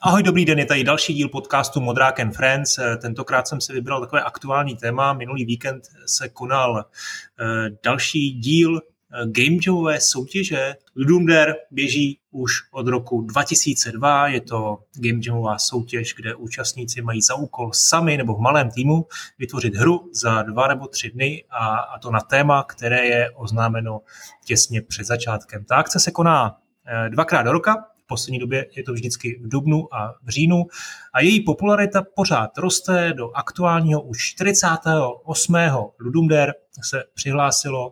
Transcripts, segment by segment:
Ahoj, dobrý den, je tady další díl podcastu Modrák and Friends. Tentokrát jsem si vybral takové aktuální téma. Minulý víkend se konal další díl game jamové soutěže. Ludum Dare běží už od roku 2002. Je to game jamová soutěž, kde účastníci mají za úkol sami nebo v malém týmu vytvořit hru za 2 nebo 3 dny a to na téma, které je oznámeno těsně před začátkem. Ta akce se koná 2krát do roka. V poslední době je to vždycky v dubnu a v říjnu a její popularita pořád roste. Do aktuálního už 48. Ludum Dare se přihlásilo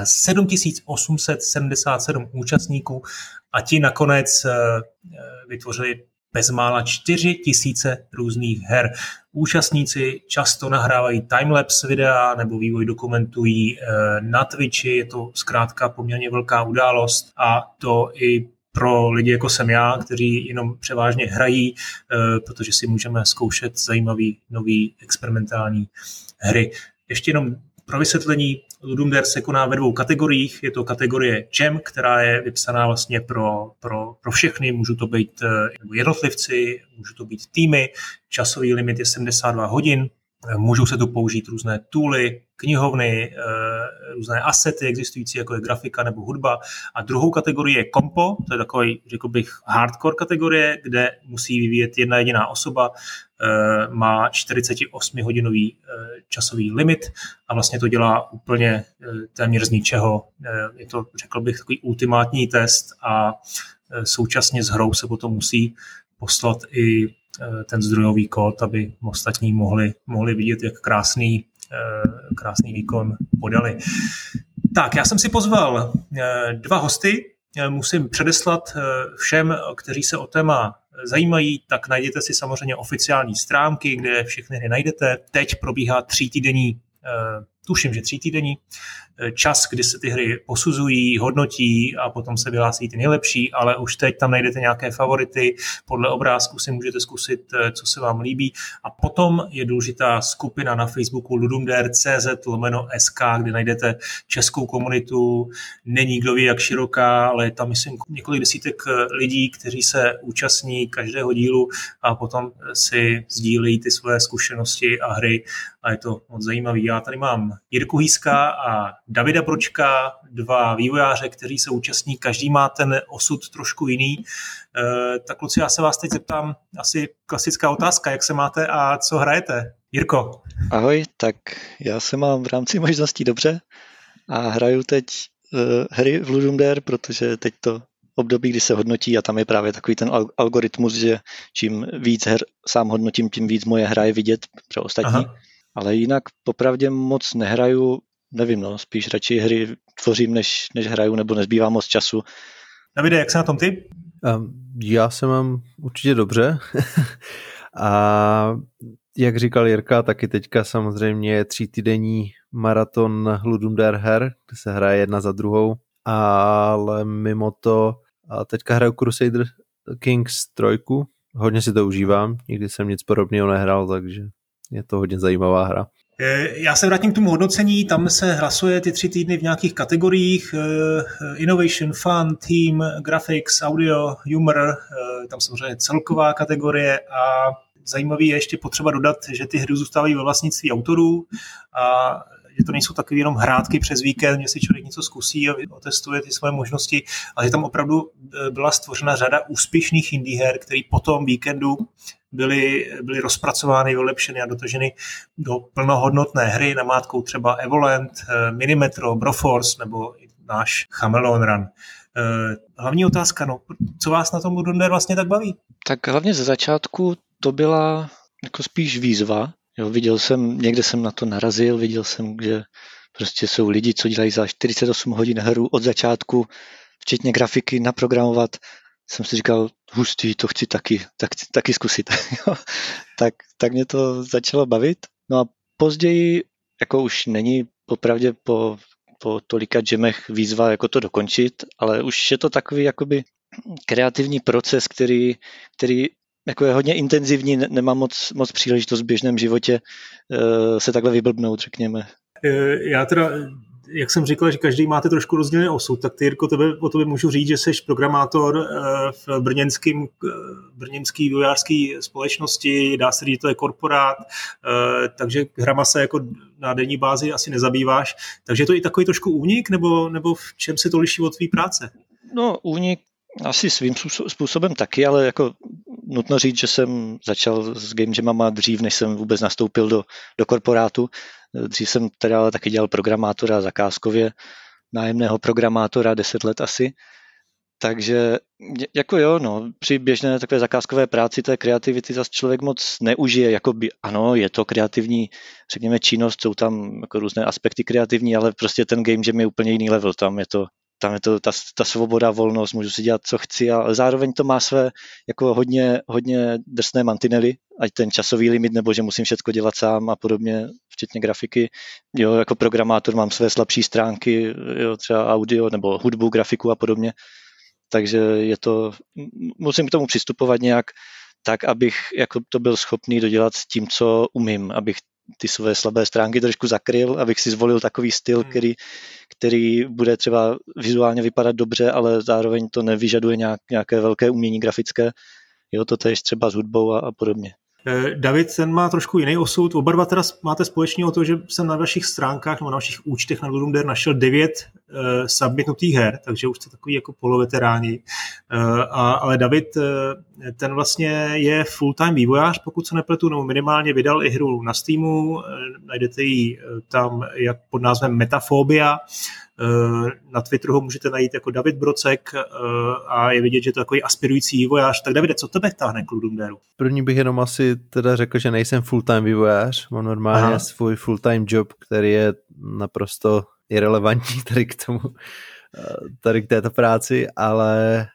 7877 účastníků a ti nakonec vytvořili bezmála 4000 různých her. Účastníci často nahrávají timelapse videa nebo vývoj dokumentují na Twitchi. Je to zkrátka poměrně velká událost a to i pro lidi jako jsem já, kteří jenom převážně hrají, protože si můžeme zkoušet zajímavý nový experimentální hry. Ještě jenom pro vysvětlení, Ludum Dare se koná ve 2 kategoriích. Je to kategorie Jam, která je vypsaná vlastně pro všechny. Můžou to být jednotlivci, můžou to být týmy. Časový limit je 72 hodin. Můžou se tu použít různé tooly, knihovny, různé asety existující, jako je grafika nebo hudba. A druhou kategorii je kompo, to je takový, řekl bych, hardcore kategorie, kde musí vyvíjet jedna jediná osoba, má 48-hodinový časový limit a vlastně to dělá úplně téměř z ničeho. Je to, řekl bych, takový ultimátní test a současně s hrou se potom musí poslat i ten zdrojový kód, aby ostatní mohli vidět, jak krásný výkon podali. Tak, já jsem si pozval 2 hosty. Musím předeslat všem, kteří se o téma zajímají, tak najděte si samozřejmě oficiální stránky, kde všechny hry najdete. Teď probíhá 3týdenní, tuším, že 3týdenní čas, kdy se ty hry posuzují, hodnotí a potom se vyhlásí ty nejlepší, ale už teď tam najdete nějaké favority, podle obrázku si můžete zkusit, co se vám líbí. A potom je důležitá skupina na Facebooku ludumdare.cz/sk, kde najdete českou komunitu. Není kdo ví, jak široká, ale je tam, myslím, několik desítek lidí, kteří se účastní každého dílu a potom si sdílejí ty svoje zkušenosti a hry a je to moc zajímavý. Já tady mám Jirku Hýska a Davida Pročka, 2 vývojáře, kteří se účastní, každý má ten osud trošku jiný. Tak kluci, já se vás teď zeptám, asi klasická otázka, jak se máte a co hrajete? Jirko. Ahoj, tak já se mám v rámci možností dobře a hraju teď hry v Ludum Dare, protože teď to období, kdy se hodnotí a tam je právě takový ten algoritmus, že čím víc her sám hodnotím, tím víc moje hra je vidět pro ostatní. Aha. Ale jinak popravdě moc nehraju, nevím, spíš radši hry tvořím, než hraju, nebo nezbývá moc času. Davide, jak se na tom ty? Já se mám určitě dobře. A jak říkal Jirka, taky teďka samozřejmě je 3týdenní maraton Ludum Dare her, kde se hraje jedna za druhou, ale mimo to teďka hraju Crusader Kings 3, hodně si to užívám, nikdy jsem nic podobného nehrál, takže je to hodně zajímavá hra. Já se vrátím k tomu hodnocení, tam se hlasuje ty 3 týdny v nějakých kategoriích, Innovation, Fun, Team, Graphics, Audio, Humor, tam samozřejmě celková kategorie a zajímavý je ještě potřeba dodat, že ty hry zůstávají ve vlastnictví autorů a že to nejsou takové jenom hrátky přes víkend, že si člověk něco zkusí a otestuje ty svoje možnosti, ale že tam opravdu byla stvořena řada úspěšných indie her, které po tom víkendu byly rozpracovány, vylepšeny a dotaženy do plnohodnotné hry, namátkou třeba Evoland, Minimetro, Broforce nebo náš Chameleon Run. Hlavní otázka, co vás na tom Ludum Dare vlastně tak baví? Tak hlavně ze začátku to byla jako spíš výzva. Jo, někde jsem na to narazil, viděl jsem, že prostě jsou lidi, co dělají za 48 hodin hru od začátku, včetně grafiky, naprogramovat. Jsem si říkal, hustý, to chci taky zkusit. tak mě to začalo bavit. No a později, jako už není popravdě po tolika jamech výzva jako to dokončit, ale už je to takový jakoby kreativní proces, který jako je hodně intenzivní, nemám moc příležitost v běžném životě se takhle vyblbnout, řekněme. Já teda jak jsem říkal, že každý máte trošku rozdílný osud, tak ty, Jirko, o tobě můžu říct, že jsi programátor v brněnský vývojářské společnosti, dá se říct, to je korporát, takže hrama se jako na denní bázi asi nezabýváš. Takže je to i takový trošku únik, nebo v čem se to liší od tvý práce? No, únik asi svým způsobem taky, ale jako nutno říct, že jsem začal s game jamama dřív, než jsem vůbec nastoupil do korporátu. Dřív jsem teda ale taky dělal programátora zakázkově, nájemného programátora 10 let asi. Takže jako jo, no, při běžné takové zakázkové práci té kreativity zase člověk moc neužije, jakoby ano, je to kreativní, řekněme, činnost, jsou tam jako různé aspekty kreativní, ale prostě ten game jam je úplně jiný level, tam je to ta svoboda, volnost, můžu si dělat, co chci, ale zároveň to má své jako hodně drsné mantinely, ať ten časový limit, nebo že musím všechno dělat sám a podobně, včetně grafiky. Jo, jako programátor mám své slabší stránky, jo, třeba audio nebo hudbu, grafiku a podobně. Takže musím k tomu přistupovat nějak tak, abych jako to byl schopný dodělat s tím, co umím, abych ty své slabé stránky trošku zakryl, abych si zvolil takový styl, který bude třeba vizuálně vypadat dobře, ale zároveň to nevyžaduje nějaké velké umění grafické. Jo, to tež třeba s hudbou a podobně. David, ten má trošku jiný osud. Oba dva teda máte společně o to, že jsem na vašich stránkách nebo na vašich účtech na Ludum Dare našel 9 submitnutých her, takže už jste takový jako poloveteráni. Ale David, ten vlastně je full-time vývojář, pokud se nepletu, nebo minimálně vydal i hru na Steamu, najdete ji tam jak pod názvem Metafobia. Na Twitteru ho můžete najít jako David Brocek a je vidět, že to je takový aspirující vývojář. Tak Davide, co tebe táhne k Ludum Dareu? První bych jenom asi teda řekl, že nejsem full-time vývojář, mám normálně svůj full-time job, který je naprosto irelevantní tady k této práci, ale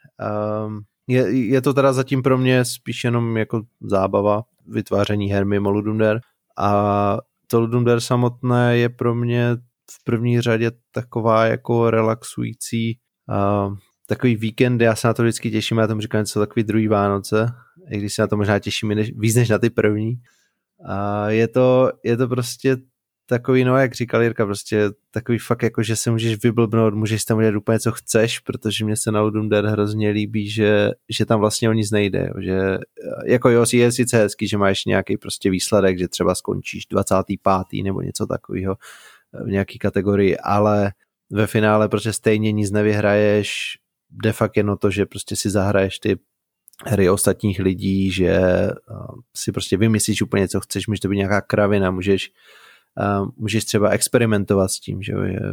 je to teda zatím pro mě spíš jenom jako zábava, vytváření her mimo Ludum Dare, a to Ludum Dare samotné je pro mě v první řadě taková jako relaxující takový víkend, já se na to vždycky těším, já tomu říkám, co takový druhý Vánoce, i když se na to možná těším víc než na ty první. A je to prostě takový, no jak říkal Jirka, prostě takový fakt jako, že se můžeš vyblbnout, můžeš tam udělat úplně co chceš, protože mě se na Ludum Dare hrozně líbí, že tam vlastně o nic nejde, že jako jo, je sice hezký, že máš nějaký prostě výsledek, že třeba skončíš 25. nebo něco takového v nějaký kategorii, ale ve finále prostě stejně nic nevyhraješ, de facto jenom to, že prostě si zahraješ ty hry ostatních lidí, že si prostě vymyslíš úplně co chceš, může to být nějaká kravina, můžeš třeba experimentovat s tím, že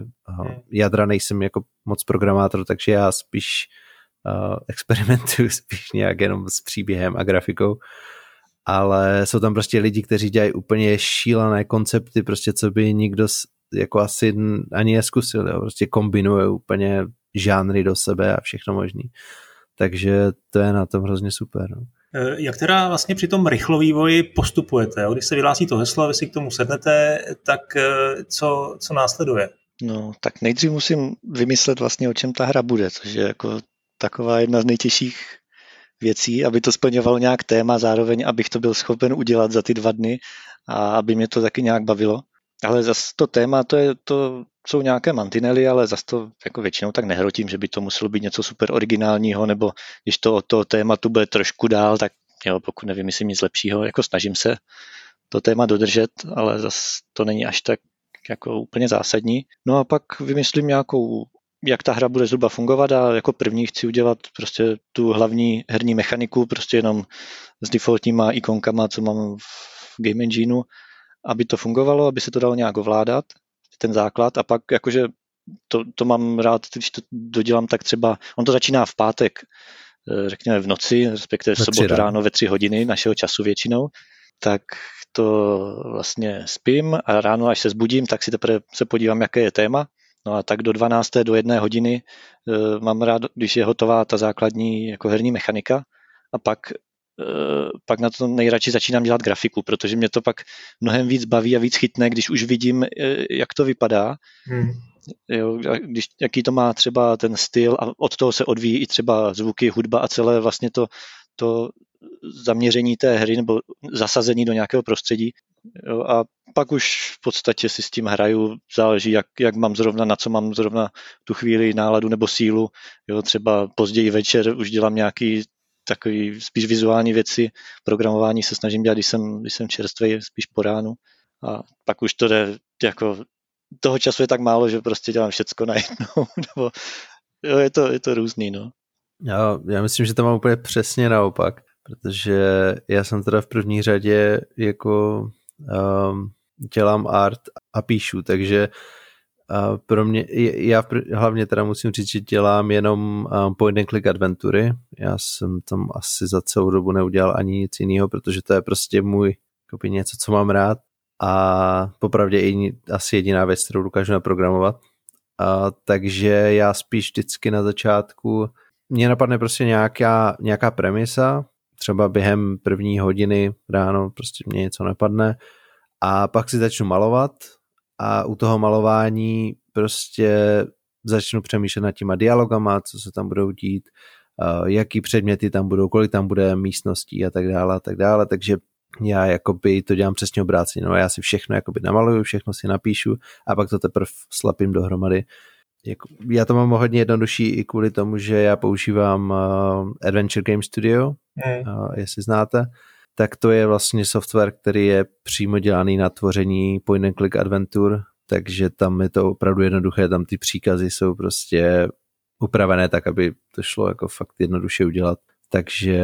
já nejsem jako moc programátor, takže já spíš experimentuju spíš nějak jenom s příběhem a grafikou, ale jsou tam prostě lidi, kteří dělají úplně šílené koncepty, prostě co by nikdo jako asi ani neskusil, jo? Prostě kombinuje úplně žánry do sebe a všechno možný. Takže to je na tom hrozně super. No. Jak teda vlastně při tom rychlovývoji postupujete? Jo? Když se vyhlásí to heslo a vy si k tomu sednete, tak co následuje? No, tak nejdřív musím vymyslet vlastně, o čem ta hra bude, což je jako taková jedna z nejtěžších věcí, aby to splňovalo nějak téma, zároveň abych to byl schopen udělat za ty 2 dny a aby mě to taky nějak bavilo. Ale zase to téma, to jsou nějaké mantinely, ale zase to jako většinou tak nehrotím, že by to muselo být něco super originálního, nebo když to od toho tématu bude trošku dál, tak jo, pokud nevymyslím nic lepšího, jako snažím se to téma dodržet, ale zase to není až tak jako úplně zásadní. No a pak vymyslím nějakou, jak ta hra bude zhruba fungovat, a jako první chci udělat prostě tu hlavní herní mechaniku, prostě jenom s defaultníma ikonkama, co mám v Game Engineu, aby to fungovalo, aby se to dalo nějak ovládat, ten základ, a pak jakože to mám rád, když to dodělám, tak třeba, on to začíná v pátek, řekněme v noci, respektive v sobotu ráno ve 3 hodiny našeho času většinou, tak to vlastně spím a ráno, až se zbudím, tak si teprve se podívám, jaké je téma. No a tak do 12. do 1 hodiny mám rád, když je hotová ta základní jako herní mechanika, a pak na to nejradši začínám dělat grafiku, protože mě to pak mnohem víc baví a víc chytne, když už vidím, jak to vypadá. Jo, jaký to má třeba ten styl, a od toho se odvíjí i třeba zvuky, hudba a celé vlastně to zaměření té hry nebo zasazení do nějakého prostředí. Jo, a pak už v podstatě si s tím hraju, záleží, jak mám zrovna, na co mám zrovna tu chvíli náladu nebo sílu. Jo, třeba později večer už dělám nějaký takový spíš vizuální věci, programování se snažím dělat, když jsem čerstvý, spíš po ránu. A pak už to jde, jako toho času je tak málo, že prostě dělám všecko najednou. Nebo, jo, je to různý, no. Já myslím, že to mám úplně přesně naopak, protože já jsem teda v první řadě jako dělám art a píšu, takže pro mě, já hlavně teda musím říct, že dělám jenom point and click adventury. Já jsem tam asi za celou dobu neudělal ani nic jiného, protože to je prostě můj něco, co mám rád a popravdě asi jediná věc, kterou dokážu naprogramovat. Takže já spíš vždycky na začátku mně napadne prostě nějaká premisa, třeba během první hodiny ráno prostě mě něco napadne a pak si začnu malovat a u toho malování prostě začnu přemýšlet nad těma dialogama, co se tam budou dít, jaký předměty tam budou, kolik tam bude místností a tak dále, takže já jakoby to dělám přesně obráceně, no já si všechno jakoby namaluju, všechno si napíšu a pak to teprve slepím dohromady. Já to mám hodně jednodušší i kvůli tomu, že já používám Adventure Game Studio, jestli znáte, tak to je vlastně software, který je přímo dělaný na tvoření point and click adventur, takže tam je to opravdu jednoduché, tam ty příkazy jsou prostě upravené tak, aby to šlo jako fakt jednoduše udělat, takže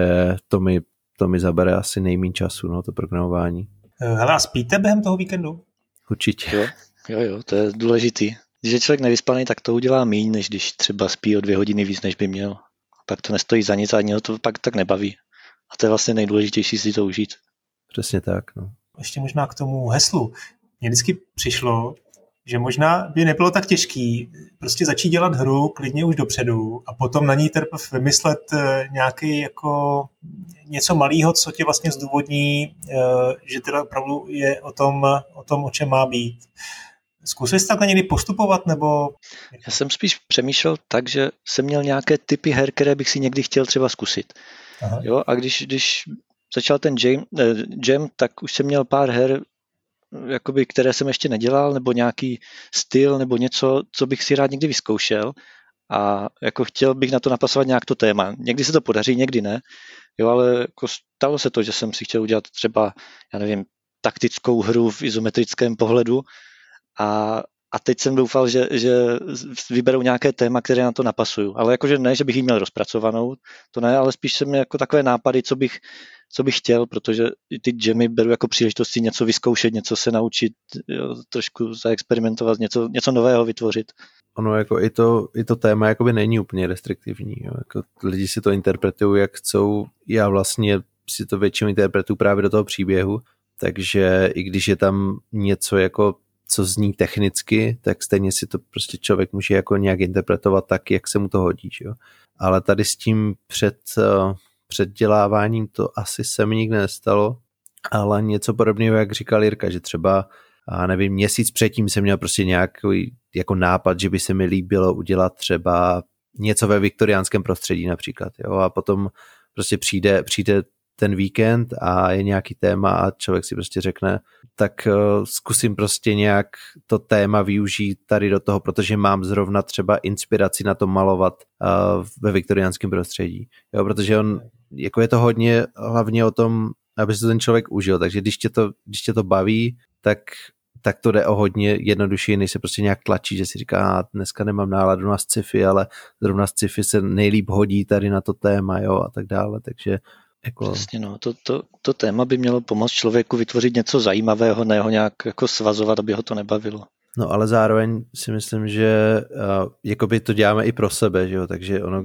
to mi zabere asi nejméně času, no, to programování. Hele, a spíte během toho víkendu? Určitě. Jo, to je důležitý. Když je člověk nevyspaný, tak to udělá míň, než když třeba spí o 2 hodiny víc, než by měl. Pak to nestojí za nic a ani ho to pak tak nebaví. A to je vlastně nejdůležitější si to užít. Přesně tak, no. Ještě možná k tomu heslu. Mně vždycky přišlo, že možná by nebylo tak těžký prostě začít dělat hru klidně už dopředu a potom na ní teprve vymyslet nějaký jako něco malého, co tě vlastně zdůvodní, že teda opravdu je o tom, o čem má být. Zkusil jsi takhle někdy postupovat, nebo... Já jsem spíš přemýšlel tak, že jsem měl nějaké typy her, které bych si někdy chtěl třeba zkusit. Aha. Jo, a když začal ten jam, tak už jsem měl pár her, jakoby, které jsem ještě nedělal, nebo nějaký styl, nebo něco, co bych si rád někdy vyzkoušel a jako chtěl bych na to napasovat nějak to téma. Někdy se to podaří, někdy ne, jo, ale jako stalo se to, že jsem si chtěl udělat třeba, já nevím, taktickou hru v izometrickém pohledu a teď jsem doufal, že vyberou nějaké téma, které na to napasují. Ale jakože ne, že bych ji měl rozpracovanou, to ne, ale spíš jsem jako takové nápady, co bych chtěl, protože ty jammy beru jako příležitost si něco vyzkoušet, něco se naučit, jo, trošku zaexperimentovat, něco nového vytvořit. Ono jako i to téma jakoby není úplně restriktivní. Jo. Jako lidi si to interpretují, jak chcou. Já vlastně si to většinou interpretuju právě do toho příběhu, takže i když je tam něco jako co zní technicky, tak stejně si to prostě člověk může jako nějak interpretovat tak, jak se mu to hodí. Jo. Ale tady s tím předděláváním to asi se mi nikdy nestalo, ale něco podobného, jak říkal Jirka, že třeba, nevím, měsíc předtím jsem měl prostě nějaký jako nápad, že by se mi líbilo udělat třeba něco ve viktoriánském prostředí například. Jo. A potom prostě přijde ten víkend a je nějaký téma a člověk si prostě řekne, tak zkusím prostě nějak to téma využít tady do toho, protože mám zrovna třeba inspiraci na to malovat ve viktoriánském prostředí. Jo, protože jako je to hodně hlavně o tom, aby se to ten člověk užil, takže když tě to baví, tak to jde o hodně jednodušší, než se prostě nějak tlačí, že si říká, dneska nemám náladu na sci-fi, ale zrovna sci-fi se nejlíp hodí tady na to téma, jo, a tak dále, takže jako... Přesně, no, to téma by mělo pomoct člověku vytvořit něco zajímavého, ne ho nějak jako svazovat, aby ho to nebavilo. No ale zároveň si myslím, že jakoby to děláme i pro sebe, že jo, takže ono,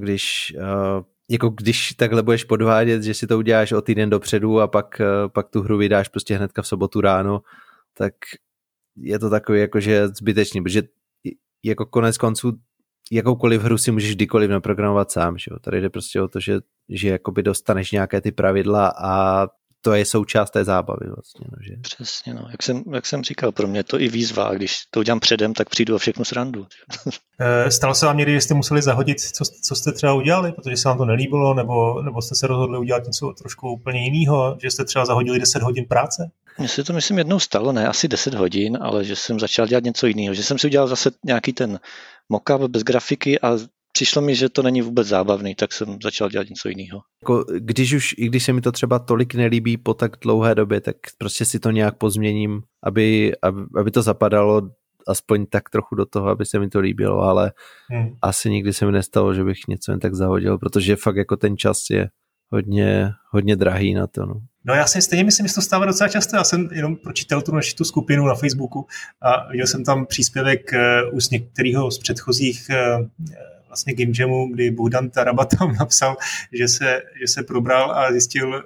když takhle budeš podvádět, že si to uděláš o týden dopředu a pak tu hru vydáš prostě hnedka v sobotu ráno, tak je to takový jakože zbytečný, protože jako konec konců jakoukoliv hru si můžeš kdykoliv naprogramovat sám, že jo? Tady jde prostě o to, že jakoby dostaneš nějaké ty pravidla a to je součást té zábavy vlastně. No, že? Přesně, no. Jak jsem říkal, pro mě to i výzva, když to udělám předem, tak přijdu a všechno srandu. Stalo se vám někdy, že jste museli zahodit, co jste třeba udělali, protože se vám to nelíbilo, nebo jste se rozhodli udělat něco trošku úplně jiného, že jste třeba zahodili 10 hodin práce? Mně se to, myslím, jednou stalo, ne asi 10 hodin, ale že jsem začal dělat něco jiného, že jsem si udělal zase nějaký ten mockup bez grafiky a přišlo mi, že to není vůbec zábavný, tak jsem začal dělat něco jiného. I když se mi to třeba tolik nelíbí po tak dlouhé době, tak prostě si to nějak pozměním, aby to zapadalo aspoň tak trochu do toho, aby se mi to líbilo, ale asi nikdy se mi nestalo, že bych něco jen tak zahodil, protože fakt jako ten čas je hodně drahý na to. No já si stejně myslím, že to stává docela často. Já jsem jenom pročítal tu skupinu na Facebooku a viděl jsem tam příspěvek už některého z předchozích vlastně Game Jamu, kdy Bohdan Taraba tam napsal, že se probral a zjistil,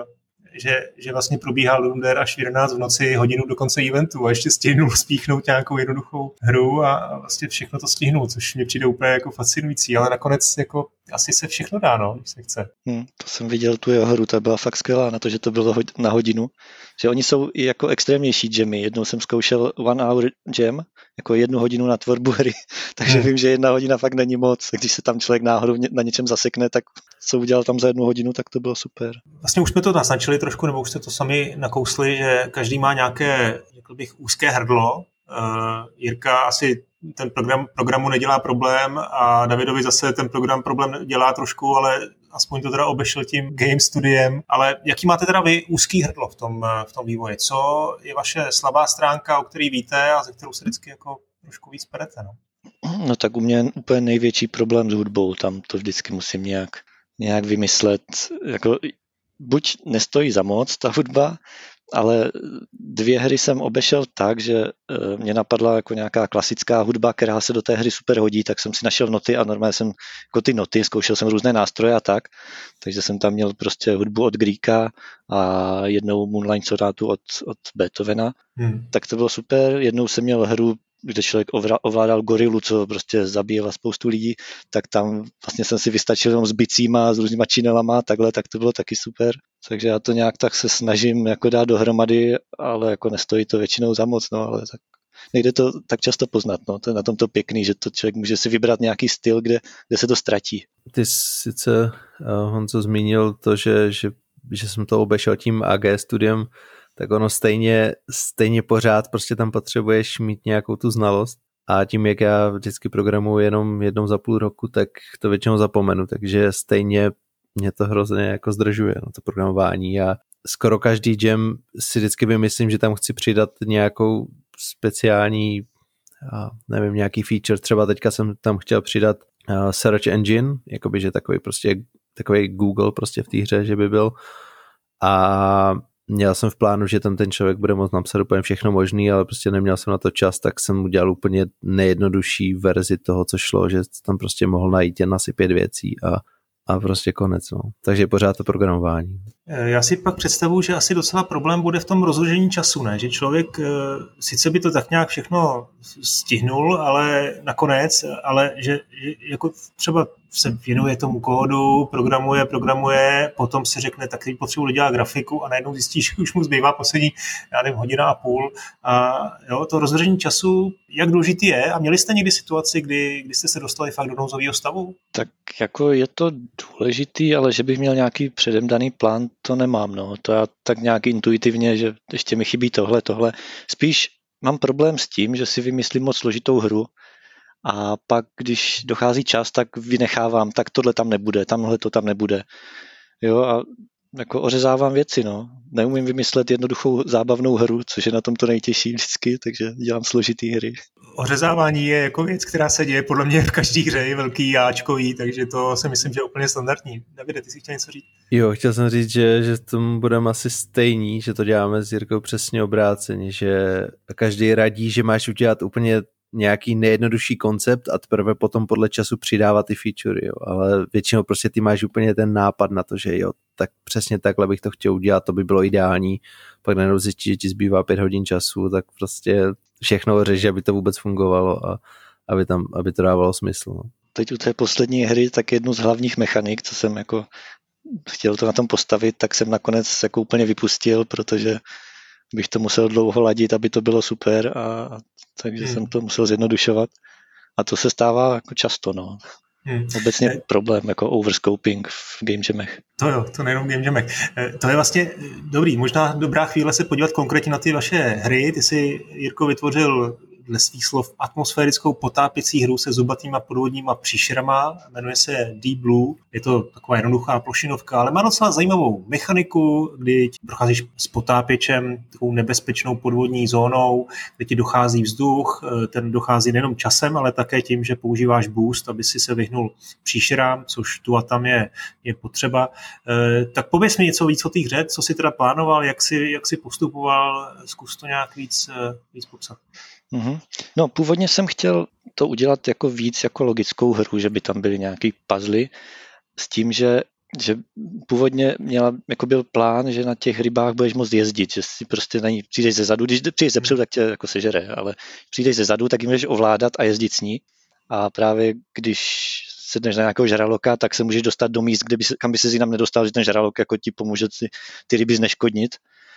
že vlastně probíhal Ludum Dare až 11 v noci, hodinu do konce eventu a ještě stihnul spíchnout nějakou jednoduchou hru a vlastně všechno to stihnul, což mi přijde úplně jako fascinující, ale nakonec jako asi se všechno dá, no, když se chce. To jsem viděl tu jeho hru, ta byla fakt skvělá na to, že to bylo na hodinu, že oni jsou i jako extrémnější jammy. Jednou jsem zkoušel 1 hour jam, jako 1 hodinu na tvorbu hry, takže vím, že 1 hodina fakt není moc. Když se tam člověk náhodou na něčem zasekne, tak co udělal tam za 1 hodinu, tak to bylo super. Vlastně už jsme to naznačili trošku, nebo už jste to sami nakousli, že každý má nějaké, řekl bych, úzké hrdlo. Jirka asi ten programu nedělá problém a Davidovi zase ten problém dělá trošku, ale aspoň to teda obešel tím game studiem. Ale jaký máte teda vy úzký hrdlo v tom vývoji? Co je vaše slabá stránka, o který víte a ze kterou se vždycky jako trošku víc perete? No tak u mě je úplně největší problém s hudbou. Tam to vždycky musím nějak vymyslet. Jako, buď nestojí za moc ta hudba, ale 2 hry jsem obešel tak, že mě napadla jako nějaká klasická hudba, která se do té hry super hodí, tak jsem si našel noty a normálně jsem jako ty noty, zkoušel jsem různé nástroje a tak, takže jsem tam měl prostě hudbu od Griega a jednou Moonlight sonátu od Beethovena, tak to bylo super. Jednou jsem měl hru, kde člověk ovládal gorilu, co prostě zabíjela spoustu lidí, tak tam vlastně jsem si vystačil jenom s bicíma, s různýma činelama a takhle, tak to bylo taky super. Takže já to nějak tak se snažím jako dát dohromady, ale jako nestojí to většinou za moc, no, ale tak nejde to tak často poznat, no. To je na tom to pěkný, že to člověk může si vybrat nějaký styl, kde se to ztratí. Ty sice, Honzo, zmínil to, že jsem to obešel tím AG studiem, tak ono stejně pořád prostě tam potřebuješ mít nějakou tu znalost a tím, jak já vždycky programuji jenom jednou za půl roku, tak to většinou zapomenu, takže stejně mě to hrozně jako zdržuje, to programování a skoro každý jam si vždycky vymyslím, že tam chci přidat nějakou speciální, nevím, nějaký feature, třeba teďka jsem tam chtěl přidat search engine, jakoby, že takový Google prostě v té hře, že by byl a měl jsem v plánu, že tam ten člověk bude moct napsat úplně všechno možný, ale prostě neměl jsem na to čas, tak jsem udělal úplně nejjednodušší verzi toho, co šlo, že tam prostě mohl najít jen asi 5 věcí a prostě konec. No. Takže pořád to programování. Já si pak představuji, že asi docela problém bude v tom rozložení času, ne? Že člověk sice by to tak nějak všechno stihnul, ale nakonec, ale že jako třeba se věnuje tomu kódu, programuje, potom si řekne, tak teď potřebuji dělat grafiku a najednou zjistí, že už mu zbývá poslední, já nevím, 1,5 hodiny. A jo, to rozložení času, jak důležitý je? A měli jste někdy situaci, kdy jste se dostali fakt do nouzového stavu? Tak jako je to důležitý, ale že bych měl nějaký předem daný plán, to nemám, no. To já tak nějak intuitivně, že ještě mi chybí tohle. Spíš mám problém s tím, že si vymyslím moc složitou hru a pak, když dochází čas, tak vynechávám, tak tohle tam nebude, tamhle to tam nebude. Jo, a jako ořezávám věci, no. Neumím vymyslet jednoduchou zábavnou hru, což je na tom to nejtěžší vždycky, takže dělám složitý hry. Ořezávání je jako věc, která se děje podle mě v každé hře, je velký áčkový, takže to si myslím, že je úplně standardní. Davide, ty jsi chtěl něco říct? Jo, chtěl jsem říct, že tomu budeme asi stejní, že to děláme s Jirkou přesně obráceně, že každý radí, že máš udělat úplně nějaký nejjednodušší koncept a teprve potom podle času přidávat ty featurey, jo. Ale většinou prostě ty máš úplně ten nápad na to, že jo, tak přesně takhle bych to chtěl udělat, to by bylo ideální, pak najednou zjistíš, že ti zbývá 5 hodin času, tak prostě všechno řeší, aby to vůbec fungovalo a aby to dávalo smysl. No. Teď u té poslední hry tak jednu z hlavních mechanik, co jsem jako chtěl to na tom postavit, tak jsem nakonec jako úplně vypustil, protože bych to musel dlouho ladit, aby to bylo super, a takže jsem to musel zjednodušovat. A to se stává jako často, no. Obecně problém jako overscoping v game jamech. To jo, to nejenom game jamech. To je vlastně dobrý, možná dobrá chvíle se podívat konkrétně na ty vaše hry. Ty jsi, Jirko, vytvořil dle svých slov atmosférickou potápěcí hru se zubatýma podvodníma příšerama, jmenuje se Deep Blue. Je to taková jednoduchá plošinovka, ale má docela zajímavou mechaniku, kdy procházíš s potápěčem takovou nebezpečnou podvodní zónou, kde ti dochází vzduch, ten dochází nejenom časem, ale také tím, že používáš boost, aby si se vyhnul příšerám, což tu a tam je potřeba. Tak pověz mi něco víc o té hře, co jsi teda plánoval, jak jsi postupoval, zkus to nějak víc popsat. No, původně jsem chtěl to udělat jako víc jako logickou hru, že by tam byly nějaký puzzly s tím, že původně jako byl plán, že na těch rybách budeš moct jezdit, že si prostě na ní přijdeš ze zadu, když přijdeš zepředu, tak tě jako sežere, ale přijdeš ze zadu, tak ji můžeš ovládat a jezdit s ní. A právě když sedneš na nějakého žraloka, tak se můžeš dostat do míst, kam by se jinam nedostal, že ten žralok jako ti pomůže ty ryby zneškodnit.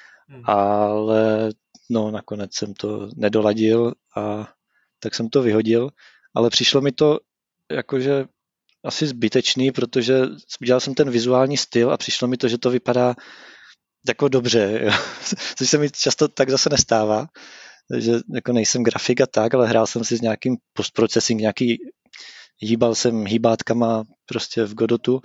Ale no, nakonec jsem to nedoladil a tak jsem to vyhodil, ale přišlo mi to jakože asi zbytečný, protože udělal jsem ten vizuální styl a přišlo mi to, že to vypadá jako dobře, jo. Což se mi často tak zase nestává, že jako nejsem grafik a tak, ale hrál jsem si s nějakým postprocessing, hýbal jsem hýbátkama prostě v Godotu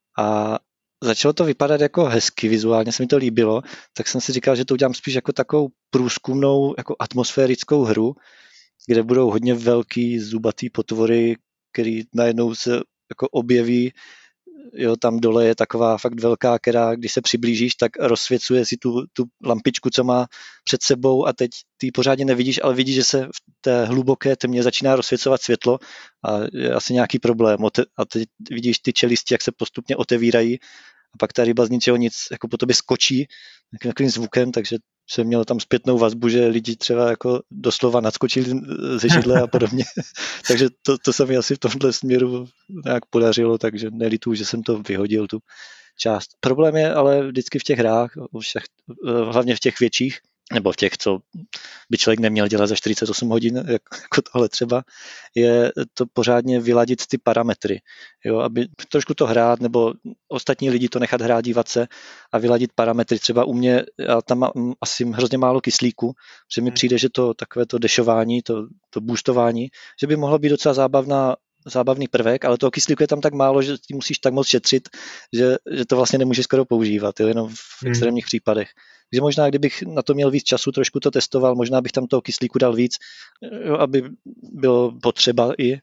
a začalo to vypadat jako hezky vizuálně, se mi to líbilo, tak jsem si říkal, že to udělám spíš jako takovou průzkumnou, jako atmosférickou hru, kde budou hodně velký zubatý potvory, který najednou se jako objeví, jo, tam dole je taková fakt velká, která když se přiblížíš, tak rozsvěcuje si tu lampičku, co má před sebou a teď ty pořádně nevidíš, ale vidíš, že se v té hluboké tmě začíná rozsvěcovat světlo a je asi nějaký problém. A teď vidíš ty čelisti, jak se postupně otevírají a pak ta ryba z ničeho nic jako po tobě skočí takovým zvukem, takže jsem měl tam zpětnou vazbu, že lidi třeba jako doslova nadskočili ze židle a podobně. Takže to se mi asi v tomhle směru nějak podařilo, takže nelituju, že jsem to vyhodil, tu část. Problém je ale vždycky v těch hrách, hlavně v těch větších, nebo v těch, co by člověk neměl dělat za 48 hodin, jako tohle třeba, je to pořádně vyladit ty parametry. Jo, aby trošku to hrát, nebo ostatní lidi to nechat hrát, dívat se a vyladit parametry. Třeba u mě, já tam mám asi hrozně málo kyslíku, že mi přijde, že to takové to dešování, to boostování, že by mohlo být docela zábavný prvek, ale toho kyslíku je tam tak málo, že ty musíš tak moc šetřit, že to vlastně nemůžeš skoro používat, jo, jenom v extrémních případech. Takže možná, kdybych na to měl víc času, trošku to testoval, možná bych tam toho kyslíku dal víc, jo, aby bylo potřeba i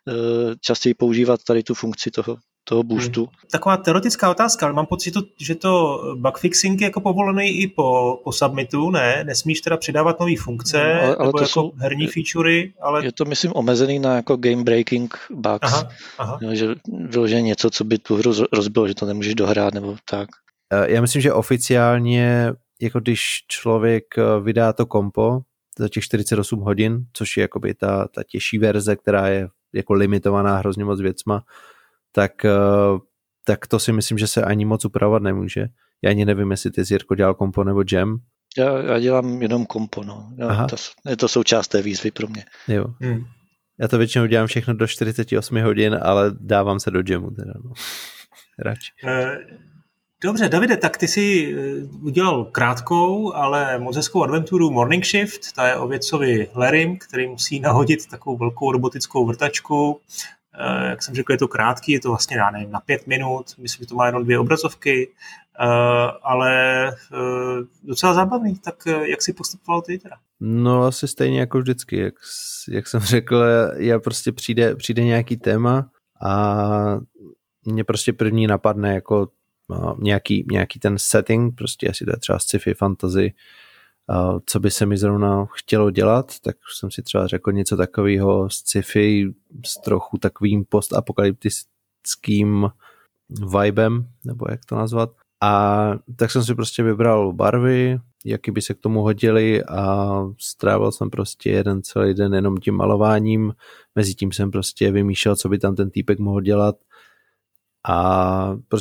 častěji používat tady tu funkci toho boostu. Taková teoretická otázka, ale mám pocit, že to bugfixing je jako povolený i po submitu, ne? Nesmíš teda přidávat nové funkce, ale nebo to jako herní featurey, ale... Je to, myslím, omezený na jako game breaking bugs, jo, že vyloženě něco, co by tu hru rozbilo, že to nemůžeš dohrát, nebo tak. Já myslím, že oficiálně, jako když člověk vydá to kompo za těch 48 hodin, což je jakoby ta těžší verze, která je jako limitovaná hrozně moc věcma, tak to si myslím, že se ani moc upravovat nemůže. Já ani nevím, jestli ty, Jirko, dělal kompo nebo jam. Já dělám jenom kompo, no. Je to součást té výzvy pro mě. Jo. Já to většinou dělám všechno do 48 hodin, ale dávám se do jamu teda, no. Radši. Dobře, Davide, tak ty jsi udělal krátkou, ale moc hezkou adventuru Morning Shift, ta je o vědcovi Larrym, který musí nahodit takovou velkou robotickou vrtačku. Jak jsem řekl, je to krátký, je to vlastně na 5 minut, myslím, že to má jenom 2 obrazovky, ale docela zábavný. Tak jak jsi postupoval ty teda? No asi stejně jako vždycky, jak jsem řekl, já prostě přijde nějaký téma a mě prostě první napadne jako nějaký ten setting, prostě jestli to je třeba sci-fi, fantasy, co by se mi zrovna chtělo dělat, tak jsem si třeba řekl něco takového sci-fi s trochu takovým postapokalyptickým vibem, nebo jak to nazvat. A tak jsem si prostě vybral barvy, jaký by se k tomu hodily a strávil jsem prostě celý den jenom tím malováním. Mezitím jsem prostě vymýšlel, co by tam ten týpek mohl dělat. A prostě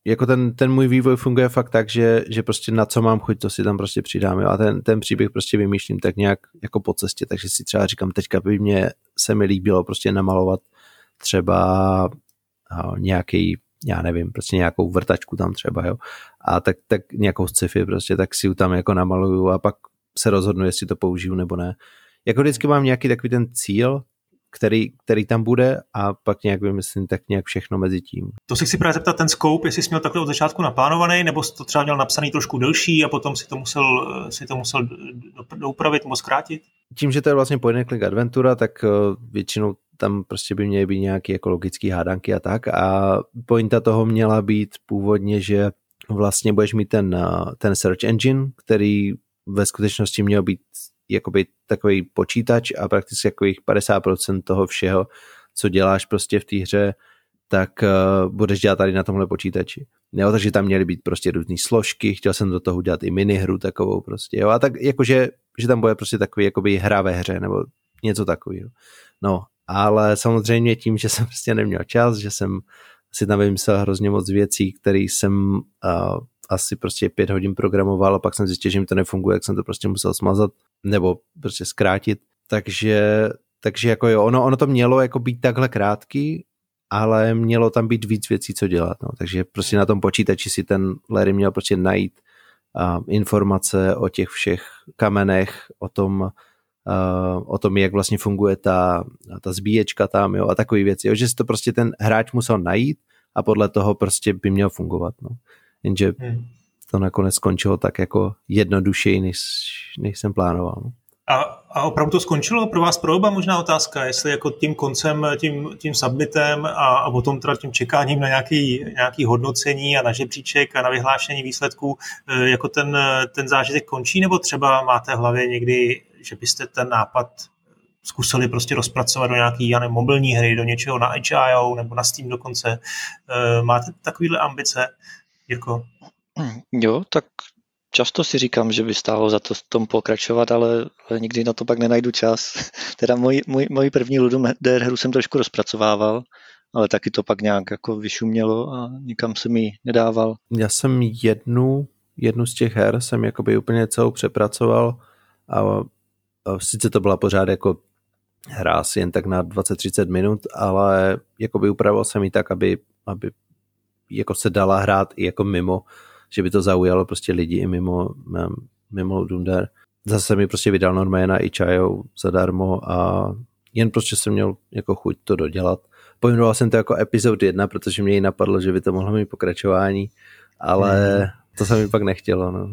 jako ten můj vývoj funguje fakt tak, že prostě na co mám chuť, to si tam prostě přidám, jo? A ten příběh prostě vymýšlím tak nějak jako po cestě, takže si třeba říkám, teďka by se mi líbilo prostě namalovat třeba nějaký, já nevím, prostě nějakou vrtačku tam třeba, jo, a tak nějakou sci-fi prostě, tak si ju tam jako namaluju a pak se rozhodnu, jestli to použiju nebo ne. Jako vždycky mám nějaký takový ten cíl, který tam bude a pak nějak vymyslím tak nějak všechno mezi tím. To si chci právě zeptat, ten scope, jestli jsi měl takhle od začátku naplánovaný, nebo jsi to třeba měl napsaný trošku delší a potom si to musel doupravit nebo zkrátit? Tím, že to je vlastně point and click adventura, tak většinou tam prostě by měly být nějaké ekologické hádanky a tak a pointa toho měla být původně, že vlastně budeš mít ten search engine, který ve skutečnosti měl být jakoby takový počítač a prakticky takových 50% toho všeho, co děláš prostě v té hře, tak budeš dělat tady na tomhle počítači. Jo, takže tam měly být prostě různý složky, chtěl jsem do toho udělat i minihru takovou prostě, jo, a tak jakože, že tam bude prostě takový jakoby hra ve hře, nebo něco takového. No, ale samozřejmě tím, že jsem prostě neměl čas, že jsem si tam vymyslel hrozně moc věcí, které jsem asi prostě 5 hodin programoval a pak jsem zjistil, že mi to nefunguje, jak jsem to prostě musel smazat nebo prostě zkrátit. Takže jako jo, ono to mělo jako být takhle krátký, ale mělo tam být víc věcí, co dělat. No. Takže prostě na tom počítači si ten Larry měl prostě najít informace o těch všech kamenech, o tom, jak vlastně funguje ta zbíječka tam, jo, a takový věci. Jo, že si to prostě ten hráč musel najít a podle toho prostě by měl fungovat. No. Jenže to nakonec skončilo tak jako jednodušeji, než jsem plánoval. No. A opravdu to skončilo pro vás pro oba? Možná otázka, jestli jako tím koncem, tím submitem a potom teda tím čekáním na nějaký hodnocení a na žebříček a na vyhlášení výsledků, jako ten zážitek končí, nebo třeba máte v hlavě někdy, že byste ten nápad zkusili prostě rozpracovat do nějaký mobilní hry, do něčeho na itch.io nebo na Steam dokonce. Máte takovýhle ambice, Jirko? Jo, tak často si říkám, že by stálo za to tom pokračovat, ale nikdy na to pak nenajdu čas. Teda moji první Ludum Dare hru jsem trošku rozpracovával, ale taky to pak nějak jako vyšumělo a nikam jsem ji nedával. Já jsem jednu z těch her jsem jakoby úplně celou přepracoval a sice to byla pořád jako hra asi jen tak na 20-30 minut, ale jakoby upravil jsem ji tak, aby jako se dala hrát i jako mimo, že by to zaujalo prostě lidi i mimo Ludum Dare. Zase mi prostě vydal normálně na itch.io zadarmo a jen prostě jsem měl jako chuť to dodělat. Pojmenoval jsem to jako epizod 1, protože mě jí napadlo, že by to mohlo mít pokračování, ale to se mi pak nechtělo. No.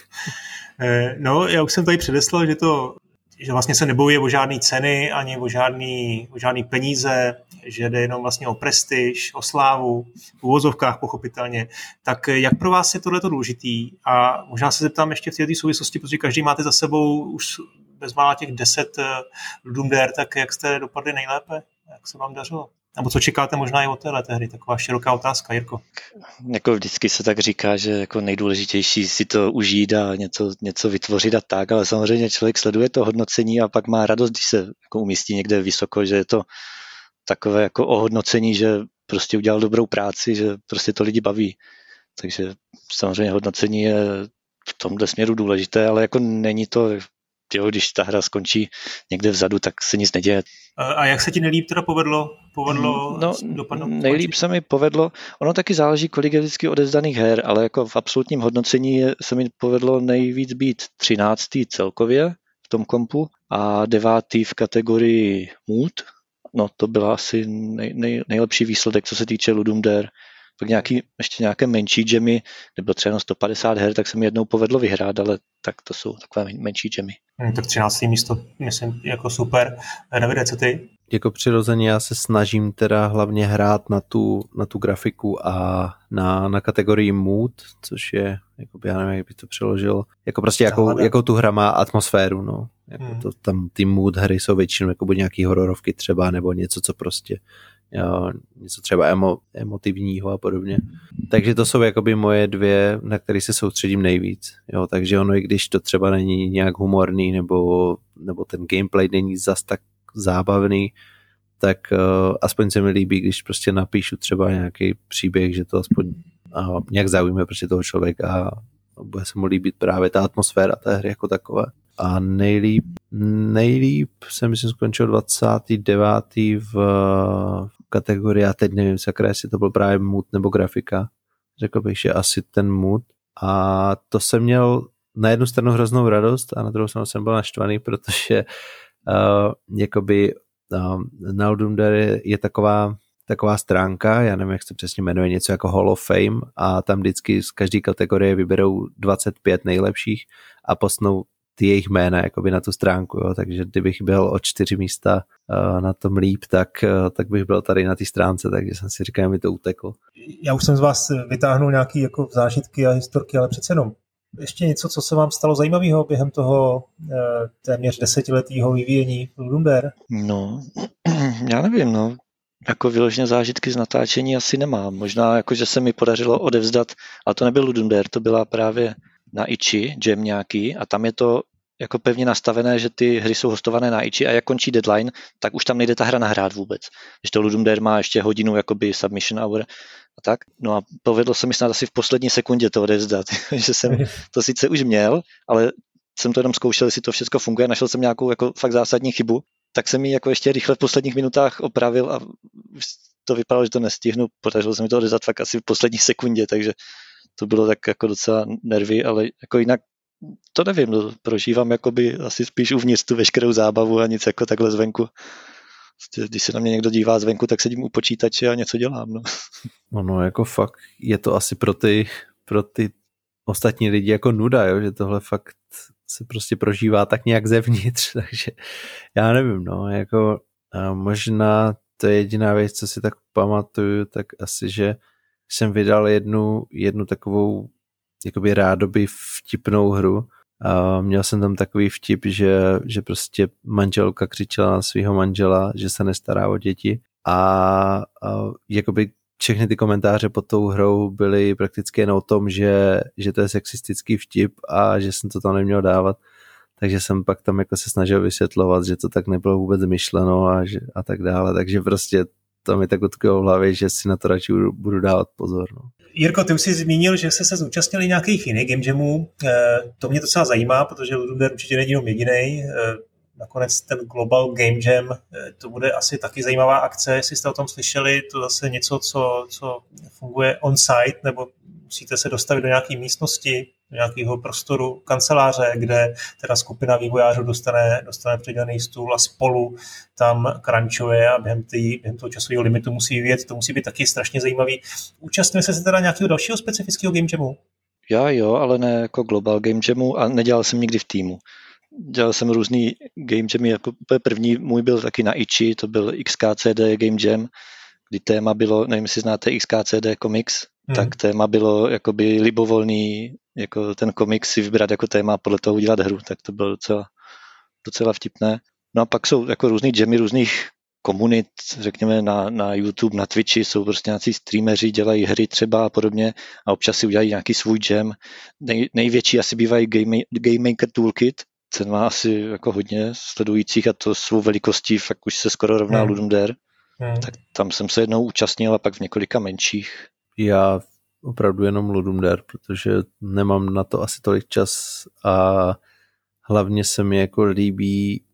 No, já už jsem tady předeslal, že vlastně se nebojuje o žádný ceny, ani o žádný peníze, že jde jenom vlastně o prestiž, o slávu, v uvozovkách pochopitelně. Tak jak pro vás je tohleto důležitý? A možná se zeptám ještě v této souvislosti, protože každý máte za sebou už bezmála těch 10 Ludum Dare, tak jak jste dopadli nejlépe? Jak se vám dařilo? Nebo co čekáte možná i od této hry? Taková široká otázka, Jirko. Jako vždycky se tak říká, že jako nejdůležitější si to užít a něco vytvořit a tak, ale samozřejmě člověk sleduje to hodnocení a pak má radost, když se jako umístí někde vysoko, že je to takové jako ohodnocení, že prostě udělal dobrou práci, že prostě to lidi baví. Takže samozřejmě hodnocení je v tomhle směru důležité, ale jako není to, jo, když ta hra skončí někde vzadu, tak se nic neděje. A jak se ti nejlíp teda povedlo dopadnout? Nejlíp se mi povedlo, ono taky záleží, kolik je vždycky odevzdaných her, ale jako v absolutním hodnocení se mi povedlo nejvíc být 13. celkově v tom kompu a 9. v kategorii Mood. No to byla asi nejlepší výsledek, co se týče Ludum Dare. Pak ještě nějaké menší jammy, nebo třeba 150 her, tak se mi jednou povedlo vyhrát, ale tak to jsou takové menší jammy. Tak 13. místo, myslím, jako super. Davide, co ty? Jako přirozeně já se snažím teda hlavně hrát na tu grafiku a na kategorii mood, což je, jakoby, já nevím, jak by to přeložil, jako prostě jakou tu hra má atmosféru, no. Jako tam ty mood hry jsou většinou jako buď nějaký hororovky třeba, nebo něco, co prostě něco třeba emotivního a podobně. Takže to jsou jakoby moje dvě, na které se soustředím nejvíc. Jo, takže ono, i když to třeba není nějak humorný, nebo ten gameplay není zas tak zábavný, tak aspoň se mi líbí, když prostě napíšu třeba nějaký příběh, že to nějak zaujme prostě toho člověka a bude se mu líbit právě ta atmosféra té hry jako takové. A nejlíp jsem myslím skončil 29. v kategorii, a teď nevím, sakra, jestli to byl právě mood nebo grafika. Řekl bych, že asi ten mood. A to jsem měl na jednu stranu hroznou radost a na druhou stranu jsem byl naštvaný, protože na Ludum Dare je taková stránka, já nevím, jak se přesně jmenuje, něco jako Hall of Fame, a tam vždycky z každé kategorie vyberou 25 nejlepších a posnou ty jejich jména jakoby na tu stránku, jo. Takže kdybych byl o 4 místa na tom líp, tak bych byl tady na té stránce, takže jsem si říkal, mi to uteklo. Já už jsem z vás vytáhnul nějaký jako zážitky a historky, ale přece jenom ještě něco, co se vám stalo zajímavého během toho téměř 10letého vyvíjení Ludum Dare? No, já nevím, no. Jako vyloženě zážitky z natáčení asi nemám. Možná jako, že se mi podařilo odevzdat, ale to nebyl Ludum Dare, to byla právě na Itchi, jam nějaký, a tam je to jako pevně nastavené, že ty hry jsou hostované na Itchi a jak končí deadline, tak už tam nejde ta hra nahrát vůbec. Když to Ludum Dare má ještě hodinu jakoby submission hour a tak. No a povedlo se mi snad asi v poslední sekundě to odevzdat, že jsem to sice už měl, ale jsem to jenom zkoušel, jestli to všechno funguje, našel jsem nějakou jako fakt zásadní chybu, tak jsem ji jako ještě rychle v posledních minutách opravil a to vypadalo, že to nestihnu, podařilo se mi to odevzdat fakt asi v poslední sekundě, takže to bylo tak jako docela nervy, ale jako jinak to nevím, no, prožívám jakoby asi spíš uvnitř tu veškerou zábavu a nic jako takhle zvenku. Když se na mě někdo dívá zvenku, tak sedím u počítače a něco dělám. No. No, jako fakt je to asi pro ty ostatní lidi jako nuda, jo? Že tohle fakt se prostě prožívá tak nějak zevnitř, takže já nevím, no, jako možná to je jediná věc, co si tak pamatuju, tak asi, že jsem vydal jednu takovou jakoby rádoby vtipnou hru a měl jsem tam takový vtip, že prostě manželka křičela na svého manžela, že se nestará o děti a jakoby všechny ty komentáře pod tou hrou byly prakticky jen o tom, že to je sexistický vtip a že jsem to tam neměl dávat. Takže jsem pak tam jako se snažil vysvětlovat, že to tak nebylo vůbec myšleno a tak dále. Takže prostě to mi tak utkvělo v hlavě, že si na to radši budu dávat pozor. No. Jirko, ty už jsi zmínil, že jste se zúčastnili nějakých jiných game jamů. To mě docela zajímá, protože Ludum Dare určitě není jenom jedinej. Nakonec ten Global Game Jam, to bude asi taky zajímavá akce, jestli jste o tom slyšeli, to zase něco, co funguje on-site, nebo musíte se dostavit do nějaké místnosti, do nějakého prostoru kanceláře, kde teda skupina vývojářů dostane předělený stůl a spolu tam crunchuje a během toho časového limitu musí vyvíjet, to musí být taky strašně zajímavý. Účastnili jste se teda nějakého dalšího specifického game jamu? Já jo, ale ne jako Global Game Jamu a nedělal jsem nikdy v týmu. Dělal jsem různý game jamy, jako první můj byl taky na Itchi, to byl XKCD Game Jam, kdy téma bylo, nevím, jestli znáte XKCD Comics, tak téma bylo jakoby libovolný, jako ten komiks si vybrat jako téma a podle toho udělat hru, tak to bylo docela vtipné. No a pak jsou jako různý jamy různých komunit, řekněme na YouTube, na Twitchi, jsou prostě nějaký streameři, dělají hry třeba a podobně a občas si udělají nějaký svůj jam. Největší asi bývají Game Maker Toolkit, ten má asi jako hodně sledujících a to svou velikostí fakt už se skoro rovná Ludum Dare. Tak tam jsem se jednou účastnil a pak v několika menších. Já opravdu jenom Ludum Dare, protože nemám na to asi tolik čas a hlavně se mi jako líbí,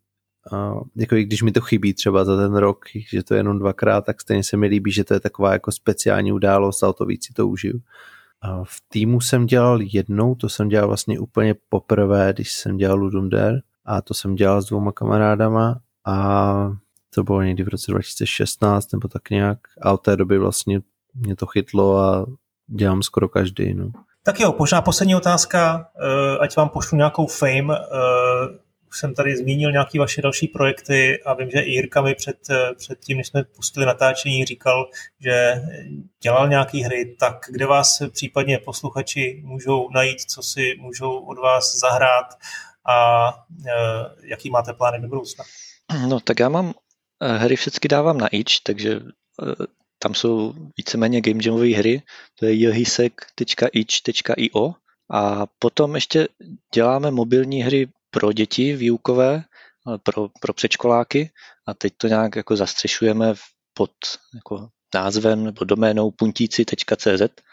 jako i když mi to chybí třeba za ten rok, že to je jenom 2krát, tak stejně se mi líbí, že to je taková jako speciální událost a o to víc si to užiju. A v týmu jsem dělal jednou, to jsem dělal vlastně úplně poprvé, když jsem dělal Ludum Dare a to jsem dělal s 2 kamarádama a to bylo někdy v roce 2016 nebo tak nějak a od té doby vlastně mě to chytlo a dělám skoro každý. No. Tak jo, možná poslední otázka, ať vám pošlu nějakou fame. Už jsem tady zmínil nějaké vaše další projekty a vím, že i Jirka mi před tím, než jsme pustili natáčení, říkal, že dělal nějaké hry, tak kde vás případně posluchači můžou najít, co si můžou od vás zahrát a jaký máte plány do budoucna? No tak já mám hry všechny dávám na Itch, takže tam jsou víceméně game jamové hry, to je jhisek.itch.io a potom ještě děláme mobilní hry pro děti výukové, pro předškoláky a teď to nějak jako zastřešujeme pod jako názvem nebo doménou puntíci.cz,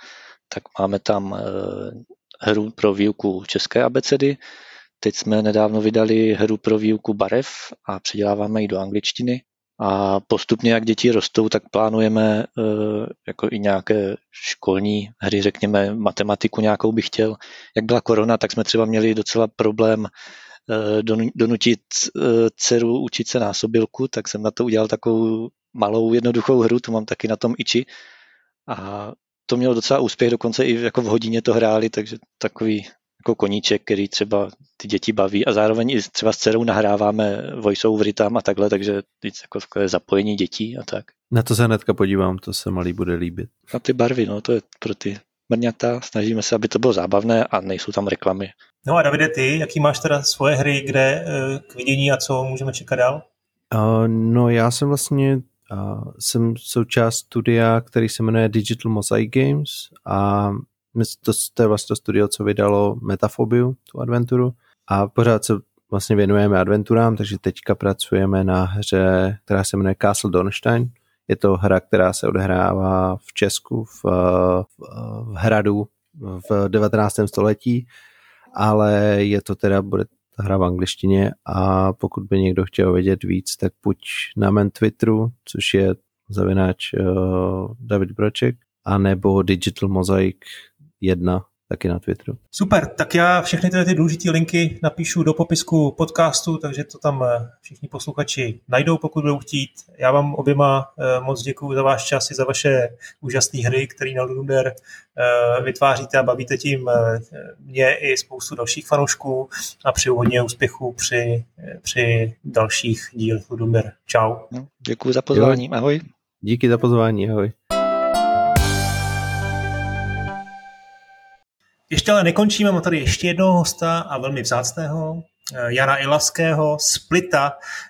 tak máme tam hru pro výuku české abecedy. Teď jsme nedávno vydali hru pro výuku barev a předěláváme ji do angličtiny. A postupně, jak děti rostou, tak plánujeme jako i nějaké školní hry, řekněme matematiku nějakou bych chtěl. Jak byla korona, tak jsme třeba měli docela problém donutit dceru učit se násobilku, tak jsem na to udělal takovou malou jednoduchou hru, tu mám taky na tom iči. A to mělo docela úspěch, dokonce i jako v hodině to hráli, takže takový jako koníček, který třeba ty děti baví a zároveň i třeba s dcerou nahráváme voiceovery tam a takhle, takže jako takové zapojení dětí a tak. Na to se hnedka podívám, to se malý bude líbit. A ty barvy, no to je pro ty mrňata, snažíme se, aby to bylo zábavné a nejsou tam reklamy. No a Davide, ty, jaký máš teda svoje hry, kde k vidění a co můžeme čekat dál? No já jsem vlastně jsem součást studia, který se jmenuje Digital Mosaic Games a to je vlastně to studio, co vydalo Metafobiu, tu adventuru a pořád se vlastně věnujeme adventurám, takže teďka pracujeme na hře, která se jmenuje Castle Dornstein. Je to hra, která se odehrává v Česku, v hradu v 19. století, ale je to teda, bude ta hra v angličtině a pokud by někdo chtěl vědět víc, tak buď na mém Twitteru, což je zavináč David Broček, anebo Digital Mosaic 1, taky na Twitteru. Super, tak já všechny ty důležité linky napíšu do popisku podcastu, takže to tam všichni posluchači najdou, pokud budou chtít. Já vám oběma moc děkuju za váš čas i za vaše úžasné hry, které na Ludum Dare vytváříte a bavíte tím mě i spoustu dalších fanoušků a přeju hodně úspěchů při dalších dílech Ludum Dare. Čau. No, děkuju za pozvání, ahoj. Díky za pozvání, ahoj. Ještě ale nekončíme, mám tady ještě jednoho hosta a velmi vzácného, Jana Ilavského, Splita.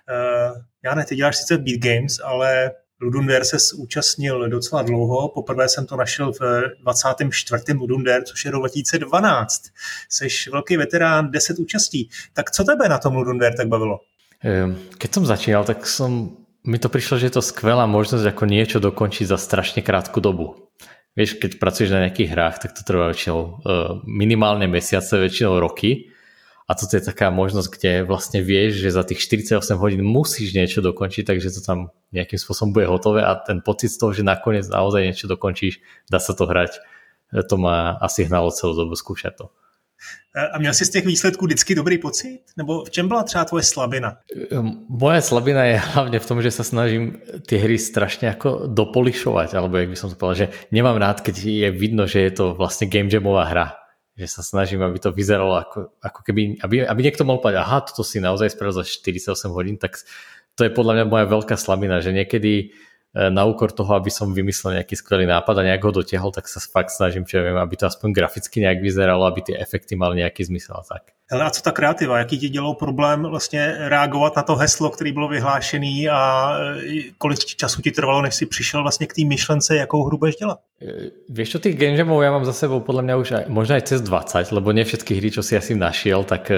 Jane, ty děláš sice Beat Games, ale Ludum Dare se účastnil docela dlouho. Poprvé jsem to našel v 24. Ludum Dare, což je rok 2012. Seš velký veterán, 10 účastí. Tak co tebe na tom Ludum Dare tak bavilo? Keď som začínal, tak mi to prišlo, že je to skvelá možnosť ako niečo dokončiť za strašne krátku dobu. Vieš, keď pracuješ na nejakých hrách, tak to trvá väčšinou minimálne mesiace, väčšinou roky. A toto je taká možnosť, kde vlastne vieš, že za tých 48 hodín musíš niečo dokončiť, takže to tam nejakým spôsobom bude hotové a ten pocit z toho, že nakoniec naozaj niečo dokončíš, dá sa to hrať, to ma asi hnalo celú dobu skúšať to. A měl jsi z těch výsledků vždycky dobrý pocit? Nebo v čem byla třeba tvoje slabina? Moja slabina je hlavne v tom, že sa snažím tie hry strašne ako dopolišovať, alebo jak by som to povedal, že nemám rád, keď je vidno, že je to vlastne game jamová hra. Že sa snažím, aby to vyzeralo ako keby, aby niekto mohol povedať, aha, toto si naozaj spravil za 48 hodín, tak to je podľa mňa moja veľká slabina, že niekedy na úkor toho, aby som vymyslel nejaký skvelý nápad a nejak ho dotiahol, tak sa fakt snažím, čo ja viem, aby to aspoň graficky nejak vyzeralo, aby tie efekty mali nejaký zmysel a tak. Hele, a co ta kreativa? Jaký ti dělal problém vlastně reagovat na to heslo, který bylo vyhlášený a kolik času ti trvalo, než si přišel vlastně k té myšlence, jakou hru budeš dělat? Vieš čo, tých game jamov ja mám za sebou podľa mňa už možno aj cez 20, lebo nie všetky hry, čo si asi našiel, tak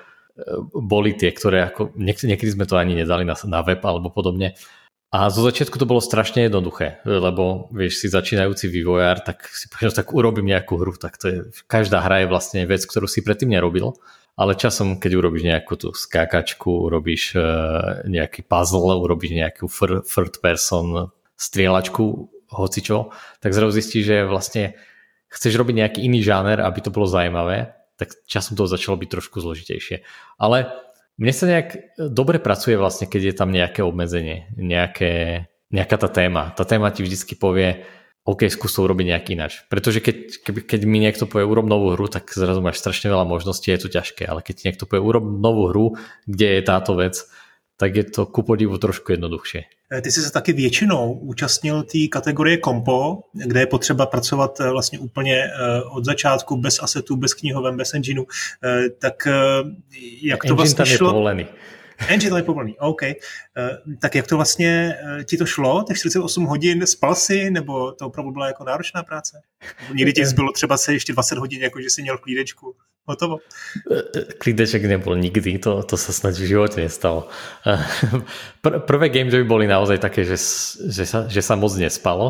boli tie, ktoré ako niekedy sme to ani nedali na web alebo podobne. A zo začiatku to bolo strašne jednoduché, lebo vieš, si začínajúci vývojár, tak si povedal, tak urobím nejakú hru, tak to je, každá hra je vlastne vec, ktorú si predtým nerobil, ale časom, keď urobíš nejakú tú skákačku, urobíš nejaký puzzle, urobíš nejakú third person strieľačku, hocičo, tak zrazu zistíš, že vlastne chceš robiť nejaký iný žáner, aby to bolo zaujímavé, tak časom to začalo byť trošku zložitejšie. Ale mne sa nejak dobre pracuje vlastne, keď je tam nejaké obmedzenie, nejaká tá téma. Tá téma ti vždycky povie, OK, skús to urobiť nejak ináč. Pretože keď mi niekto povie urob novú hru, tak zrazu máš strašne veľa možností, je to ťažké. Ale keď ti niekto povie urob novú hru, kde je táto vec, tak je to ku podivu trošku jednoduchšie. Ty jsi se taky většinou účastnil té kategorie kompo, kde je potřeba pracovat vlastně úplně od začátku, bez asetů, bez knihoven, bez engineu. Tak jak to vlastně šlo? Engine tam je povolený. Engine tam je povolený, OK. Tak jak to vlastně ti to šlo? Těch 48 hodin spal si, nebo to opravdu byla jako náročná práce? Někdy ti zbylo třeba se ještě 20 hodin, jako že si měl klídečku. Hotovo. Klídeček nebol nikdy, to sa snad v živote nestalo. Prvé game jamy boli naozaj také, že sa moc nespalo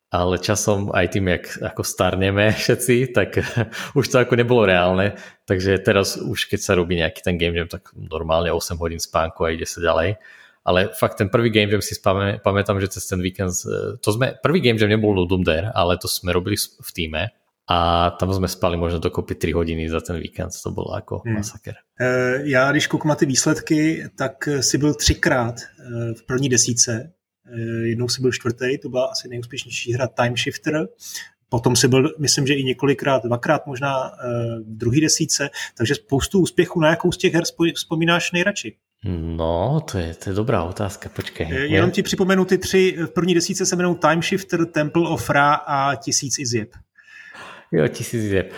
ale časom aj tým, ako starneme všetci, tak už to ako nebolo reálne, takže teraz už keď sa robí nejaký ten game jam, tak normálne 8 hodín spánku a ide sa ďalej. Ale fakt ten prvý game jam si pamätám, že cez ten víkend, prvý game jam nebol Ludum Dare, ale to sme robili v týme a tam jsme spali možno dokopy 3 hodiny za ten víkend, to bylo jako masaker. Já když koukám na ty výsledky, tak si byl 3krát v první desítce, jednou si byl 4., to byla asi nejúspěšnější hra Time Shifter, potom si byl, myslím, že i několikrát, 2krát možná v druhé desítce, takže spoustu úspěchů. Na jakou z těch her vzpomínáš nejradši? No, to je dobrá otázka, počkej. Jenom ti připomenu, ty 3 v první desítce se jmenou Time Shifter, Temple of Ra a 1000 izeb. Jo, 1000 izeb.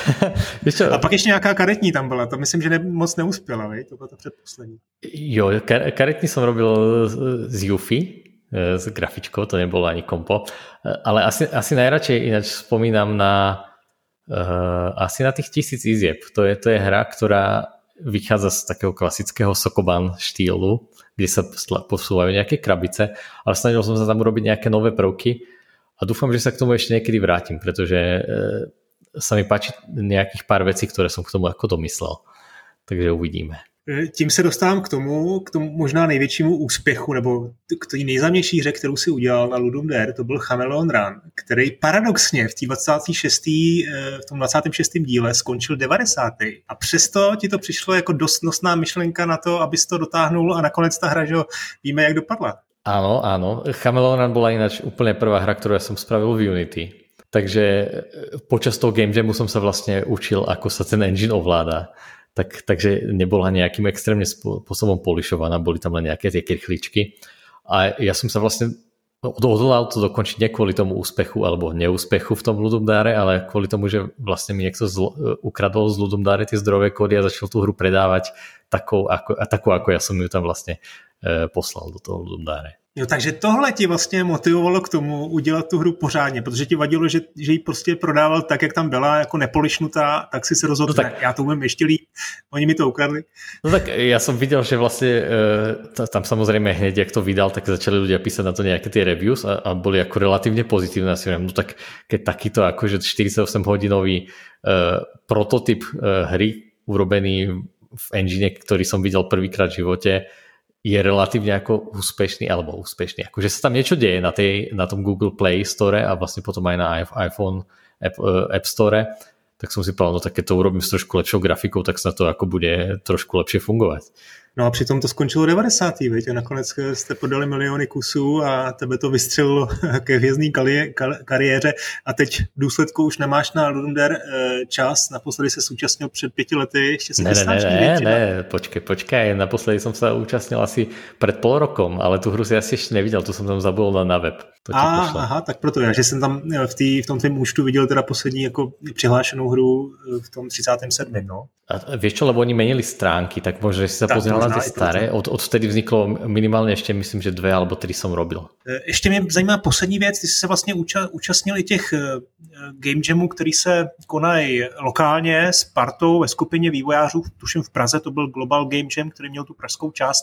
A pak ještě nějaká karetní tam byla, to myslím, že moc neuspěla, vej? To byla ta předposlední. Jo, karetní jsem robil z Yuffie, s grafičkou, to nebolo ani kompo, ale asi najradšej ináč spomínam na asi na tých 1000 izieb. To je hra, ktorá vychádza z takého klasického Sokoban štýlu, kde sa posúvajú nejaké krabice, ale snažil som sa tam urobiť nejaké nové prvky a dúfam, že sa k tomu ešte niekedy vrátim, pretože sa mi páči nejakých pár vecí, ktoré som k tomu ako domyslel. Takže uvidíme. Tím se dostávám k tomu možná největšímu úspěchu, nebo k té nejznámější hře, kterou si udělal na Ludum Dare, to byl Chameleon Run, který paradoxně v tom 26. díle skončil 90. A přesto ti to přišlo jako dost nosná myšlenka na to, abys to dotáhnul a nakonec ta hra, že víme, jak dopadla. Áno. Chameleon Run bola ináč úplne prvá hra, ktorú ja som spravil v Unity. Takže počas toho game jamu som sa vlastne učil, ako sa ten engine ovláda. Takže nebola nejakým extrémne spôsobom polišovaná, boli tam len nejaké tie krychličky. A ja som sa vlastne odhodlal to dokončiť nie kvôli tomu úspechu alebo neúspechu v tom Ludum Dare, ale kvôli tomu, že vlastne mi niekto ukradol z Ludum Dare tie zdrojové kódy a začal tú hru predávať takú, ako ja som ju tam vlastne poslal do toho Ludum Dare. Jo, takže tohle ti vlastně motivovalo k tomu udělat tu hru pořádně, protože ti vadilo, že ji prostě prodával tak, jak tam byla, jako nepolišnutá, tak si se rozhodl, no já to umím ještě líp, oni mi to ukradli. No tak ja som videl, že vlastne tam samozrejme hneď, jak to vydal, tak začali ľudia písať na to nejaké tie reviews a boli ako relatívne pozitívne. Asi no tak keď takýto akože 48-hodinový prototyp hry urobený v engine, ktorý som videl prvýkrát v živote, je relatívne ako úspešný, akože sa tam niečo deje na tom Google Play Store a vlastne potom aj na iPhone App Store, tak som si povedal, no tak keď to urobím s trošku lepšou grafikou, tak sa to ako bude trošku lepšie fungovať. No a přitom to skončilo 90. Veď? A nakonec jste podali miliony kusů a tebe to vystřelilo ke hvězdní kariéře a teď v důsledku už nemáš na Ludum Dare čas. Naposledy se účastnil před 5 lety. Ještě se Ne, počkej, naposledy som sa účastnil asi pred pol rokom, ale tu hru si asi ešte nevidel, tu som tam zabudol na web. Aha, tak proto já, že jsem tam v tom tvém účtu viděl teda poslední jako přihlášenou hru v tom 37. No. A vieš čo, lebo oni menili stránky, tak možno, že si sa pozrel na tie staré. Odvtedy vzniklo minimálně ještě, myslím, že 2 alebo 3 som robil. Ještě mě zajímá poslední věc, ty jsi se vlastně účastnil i těch game jamů, který se konají lokálně s partou ve skupině vývojářů, tuším v Praze, to byl Global Game Jam, který měl tu pražskou část.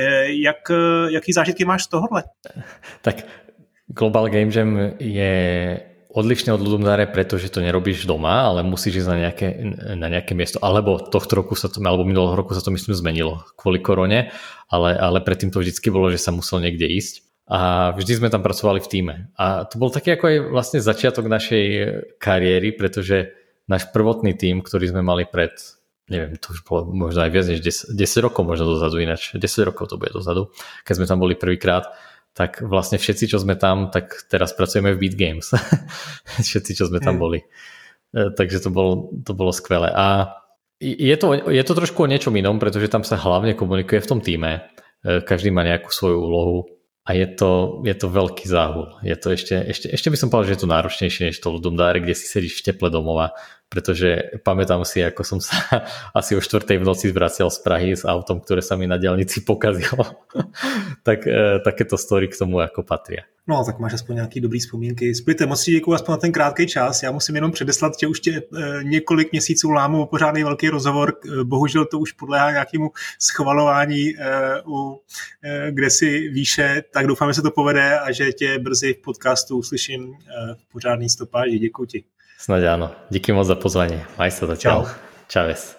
Jaký zážitky máš z tohohle? Tak Global Game Jam je odlišné od Ludum Dare, pretože to nerobíš doma, ale musíš ísť na nejaké miesto. Alebo tohto roku alebo minulého roku sa to myslím zmenilo kvôli korone, ale predtým to vždycky bolo, že sa musel niekde ísť. A vždy sme tam pracovali v týme. A to bol taký ako aj vlastne začiatok našej kariéry, pretože náš prvotný tím, ktorý sme mali pred, neviem, to už bolo možno aj viac než 10 rokov možno dozadu, ináč 10 rokov to bude dozadu, keď sme tam boli prvýkrát, tak vlastne všetci, čo sme tam, tak teraz pracujeme v Beat Games. Všetci, čo sme tam boli. Takže to bolo skvelé. A je to trošku o niečom inom, pretože tam sa hlavne komunikuje v tom týme. Každý má nejakú svoju úlohu a je to veľký záhul. Je to ešte by som povedal, že je to náročnejšie než to Ludum Dare, kde si sedíš v teple domova, pretože pamätám si, ako som sa asi o 4:00 v noci zvracial z Prahy s autom, ktoré sa mi na diaľnici pokazilo. Tak takéto story k tomu ako patria. No, tak máš aspoň nějaký dobrý vzpomínky. Splite, moc ti děkuju aspoň na ten krátký čas. Já musím jenom předeslat, že už tě několik měsíců lámu pořádný velký rozhovor. Bohužel to už podléhá nějakému schvalování kde si výše, tak doufám, že se to povede a že tě brzy v podcastu uslyším v pořádný stopáži. Děkuji ti. Snad áno. Díky moc za pozvanie. Maj sa zatiaľ. Čaves.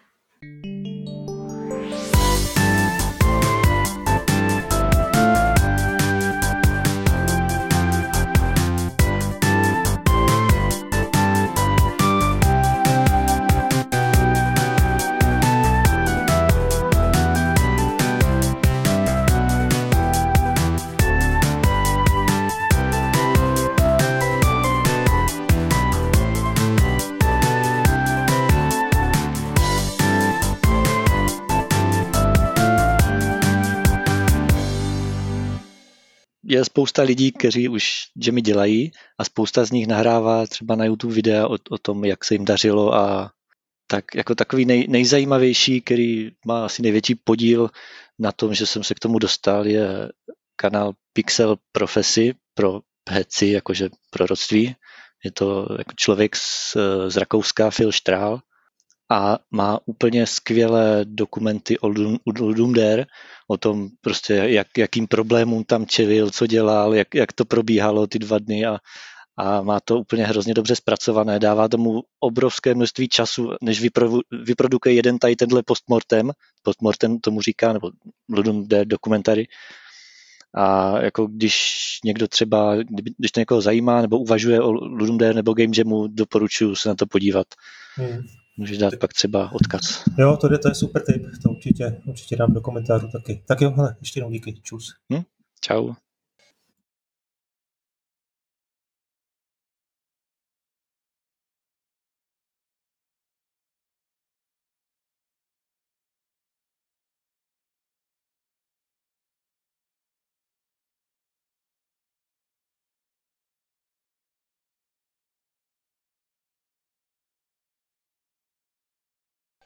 Je spousta lidí, kteří už Jammy dělají a spousta z nich nahrává třeba na YouTube videa o tom, jak se jim dařilo a tak jako takový nejzajímavější, který má asi největší podíl na tom, že jsem se k tomu dostal, je kanál Pixel Prophecy pro herci, jakože proroctví. Je to jako člověk z Rakouska, Phil Strahl, a má úplně skvělé dokumenty o Ludum Dare, o tom prostě, jakým problémům tam čelil, co dělal, jak to probíhalo ty 2 dny a má to úplně hrozně dobře zpracované. Dává tomu obrovské množství času, než vyprodukuje jeden tady tenhle postmortem tomu říká, nebo Ludum Dare dokumentary. A jako když někdo třeba, když to někoho zajímá nebo uvažuje o Ludum Dare nebo Game Jamu, doporučuji se na to podívat. Můžeš dát pak třeba odkaz. Jo, to je super tip, to určitě dám do komentářů taky. Tak jo, hele, ještě jednou díky, čus. Čau.